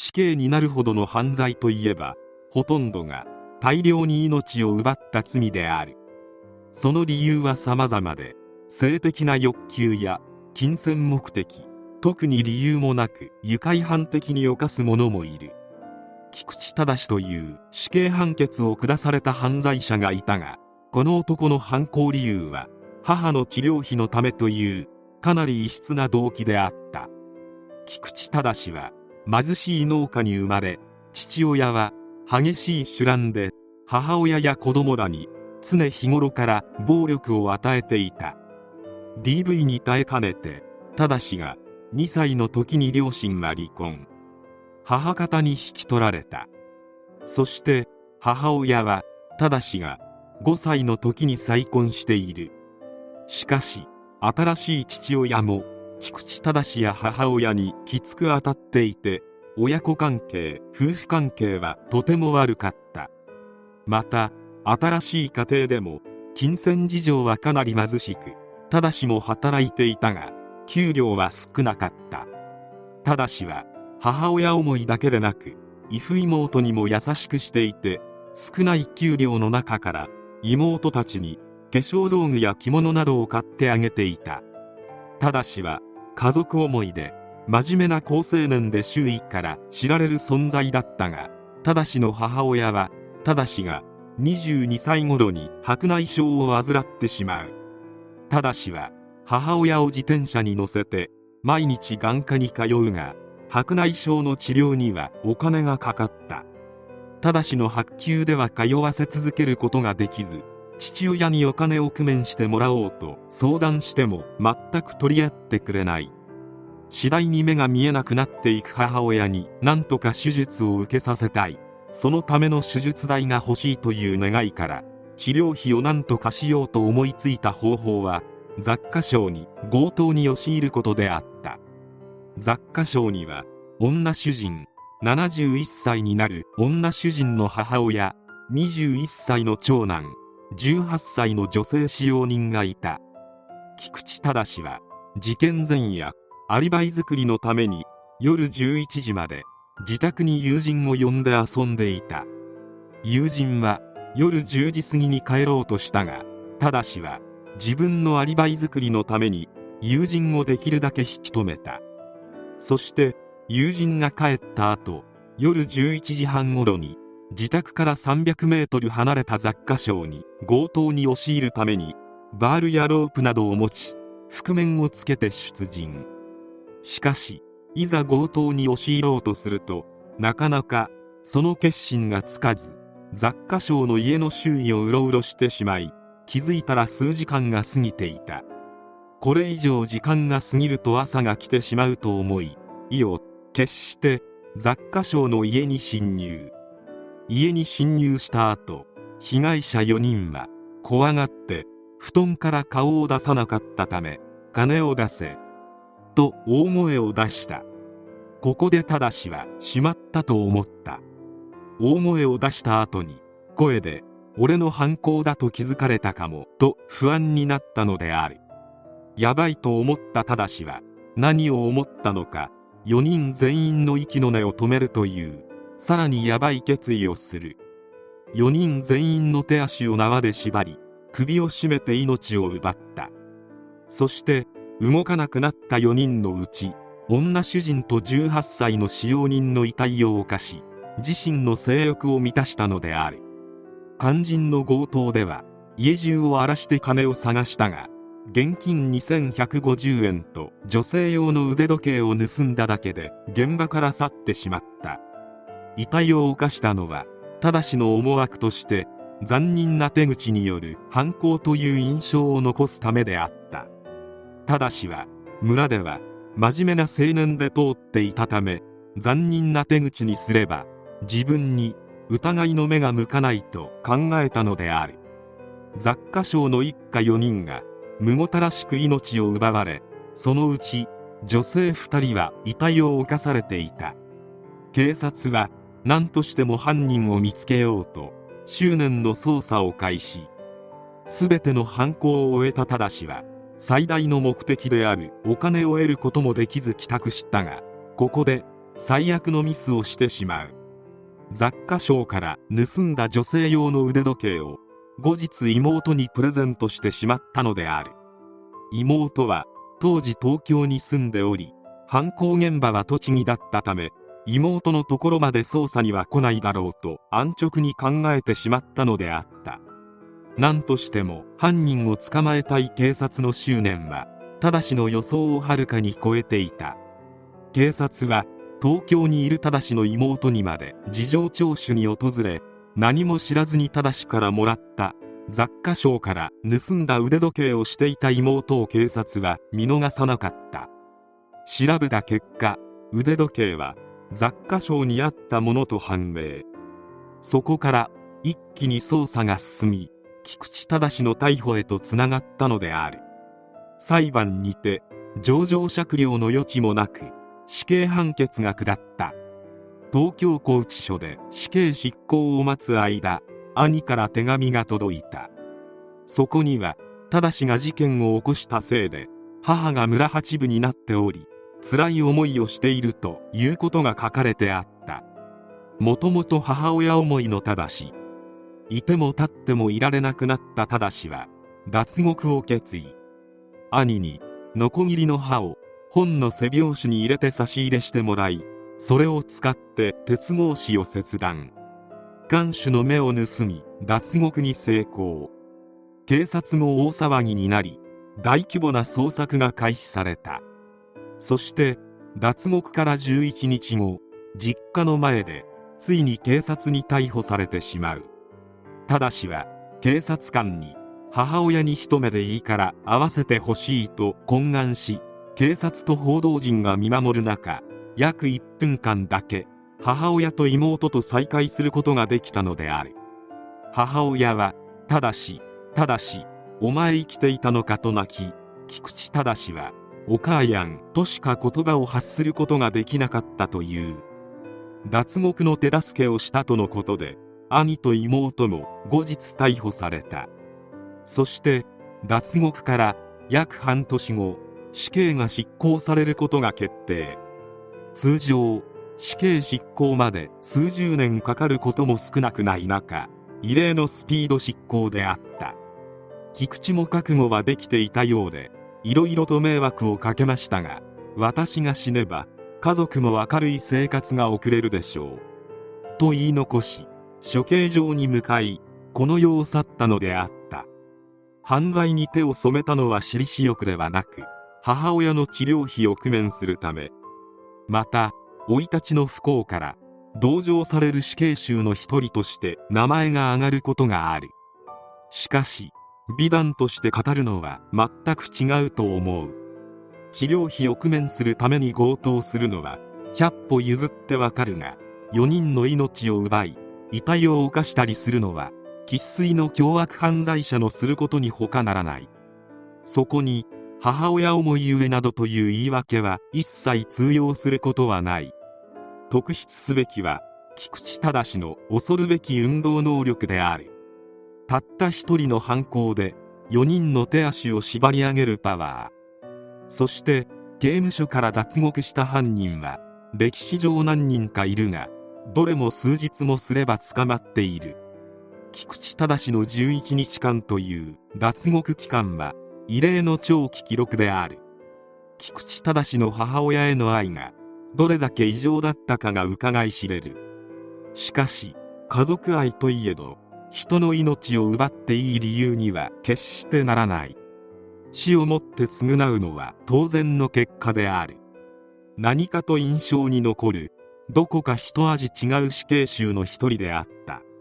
死刑になるほどの犯罪といえば、ほとんどが大量に命を奪った罪である。その理由は様々で、性的な欲求や金銭目的、特に理由もなく愉快犯的に犯す者もいる。菊池忠という死刑判決を下された犯罪者がいたが、この男の犯行理由は母の治療費のためというかなり異質な動機であった。菊池忠は貧しい農家に生まれ、父親は激しい酒乱で母親や子供らに常日頃から暴力を与えていた。 DV に耐えかねて忠が2歳の時に両親は離婚、母方に引き取られた。そして母親は忠が5歳の時に再婚している。しかし新しい父親も菊池忠や母親にきつく当たっていて、親子関係、夫婦関係はとても悪かった。また新しい家庭でも金銭事情はかなり貧しく、忠も働いていたが給料は少なかった。忠は母親思いだけでなく異父妹にも優しくしていて、少ない給料の中から妹たちに化粧道具や着物などを買ってあげていた。忠は家族思いで真面目な好青年で周囲から知られる存在だったが、忠の母親は忠が22歳頃に白内障を患ってしまう。忠は母親を自転車に乗せて毎日眼科に通うが、白内障の治療にはお金がかかった。忠の白球では通わせ続けることができず、父親にお金を工面してもらおうと相談しても全く取り合ってくれない。次第に目が見えなくなっていく母親に何とか手術を受けさせたい、そのための手術代が欲しいという願いから、治療費を何とかしようと思いついた方法は雑貨商に強盗に押し入ることであった。雑貨商には女主人、71歳になる女主人の母親、21歳の長男、18歳の女性使用人がいた。菊池忠は事件前夜、アリバイ作りのために夜11時まで自宅に友人を呼んで遊んでいた。友人は夜10時過ぎに帰ろうとしたが、忠は自分のアリバイ作りのために友人をできるだけ引き止めた。そして友人が帰った後、夜11時半頃に自宅から300メートル離れた雑貨商に強盗に押し入るためにバールやロープなどを持ち、覆面をつけて出陣。しかしいざ強盗に押し入ろうとすると、なかなかその決心がつかず、雑貨商の家の周囲をうろうろしてしまい、気づいたら数時間が過ぎていた。これ以上時間が過ぎると朝が来てしまうと思い、意を決して雑貨商の家に侵入。家に侵入した後、被害者4人は怖がって布団から顔を出さなかったため、金を出せと大声を出した。ここで忠はしまったと思った。大声を出した後に声で俺の犯行だと気づかれたかもと不安になったのである。やばいと思った忠は何を思ったのか、4人全員の息の根を止めるというさらにやばい決意をする。4人全員の手足を縄で縛り、首を絞めて命を奪った。そして動かなくなった4人のうち、女主人と18歳の使用人の遺体を犯し、自身の性欲を満たしたのである。肝心の強盗では家中を荒らして金を探したが、現金2150円と女性用の腕時計を盗んだだけで現場から去ってしまった。遺体を犯したのは忠の思惑として残忍な手口による犯行という印象を残すためであった。忠は村では真面目な青年で通っていたため、残忍な手口にすれば自分に疑いの目が向かないと考えたのである。雑貨商の一家4人がむごたらしく命を奪われ、そのうち女性2人は遺体を侵されていた。警察は何としても犯人を見つけようと執念の捜査を開始。全ての犯行を終えた忠は最大の目的であるお金を得ることもできず帰宅したが、ここで最悪のミスをしてしまう。雑貨商から盗んだ女性用の腕時計を後日妹にプレゼントしてしまったのである。妹は当時東京に住んでおり、犯行現場は栃木だったため、妹のところまで捜査には来ないだろうと安直に考えてしまったのであった。何としても犯人を捕まえたい警察の執念は正の予想をはるかに超えていた。警察は東京にいる正の妹にまで事情聴取に訪れ、何も知らずに正からもらった雑貨商から盗んだ腕時計をしていた妹を警察は見逃さなかった。調べた結果、腕時計は雑貨商にあったものと判明。そこから一気に捜査が進み、菊池正の逮捕へとつながったのである。裁判にて情状酌量の余地もなく死刑判決が下った。東京拘置所で死刑執行を待つ間、兄から手紙が届いた。そこには正が事件を起こしたせいで母が村八分になっており、辛い思いをしているということが書かれてあった。もともと母親思いの正、いても立ってもいられなくなった正は脱獄を決意。兄にノコギリの刃を本の背拍子に入れて差し入れしてもらい、それを使って鉄格子を切断。看守の目を盗み脱獄に成功。警察も大騒ぎになり、大規模な捜索が開始された。そして脱獄から11日後、実家の前でついに警察に逮捕されてしまう。正は警察官に母親に一目でいいから会わせてほしいと懇願し、警察と報道陣が見守る中、約1分間だけ母親と妹と再会することができたのである。母親は正、お前生きていたのかと泣き、菊池正はお母やんとしか言葉を発することができなかったという。脱獄の手助けをしたとのことで、兄と妹も後日逮捕された。そして脱獄から約半年後、死刑が執行されることが決定。通常死刑執行まで数十年かかることも少なくない中、異例のスピード執行であった。菊池も覚悟はできていたようで、いろいろと迷惑をかけましたが、私が死ねば家族も明るい生活が送れるでしょうと言い残し、処刑場に向かいこの世を去ったのであった。犯罪に手を染めたのは私利私欲ではなく、母親の治療費を工面するため。また生い立ちの不幸から同情される死刑囚の一人として名前が挙がることがある。しかし美談として語るのは全く違うと思う。治療費を工面するために強盗するのは100歩譲ってわかるが、4人の命を奪い遺体を犯したりするのは生粋の凶悪犯罪者のすることに他ならない。そこに母親思いゆえなどという言い訳は一切通用することはない。特筆すべきは菊池正の恐るべき運動能力である。たった一人の犯行で4人の手足を縛り上げるパワー。そして刑務所から脱獄した犯人は歴史上何人かいるが、どれも数日もすれば捕まっている。菊池正の11日間という脱獄期間は異例の長期記録である。菊池正の母親への愛がどれだけ異常だったかが伺い知れる。しかし家族愛といえど、人の命を奪っていい理由には決してならない。死をもって償うのは当然の結果である。何かと印象に残る、どこか一味違う死刑囚の一人であった。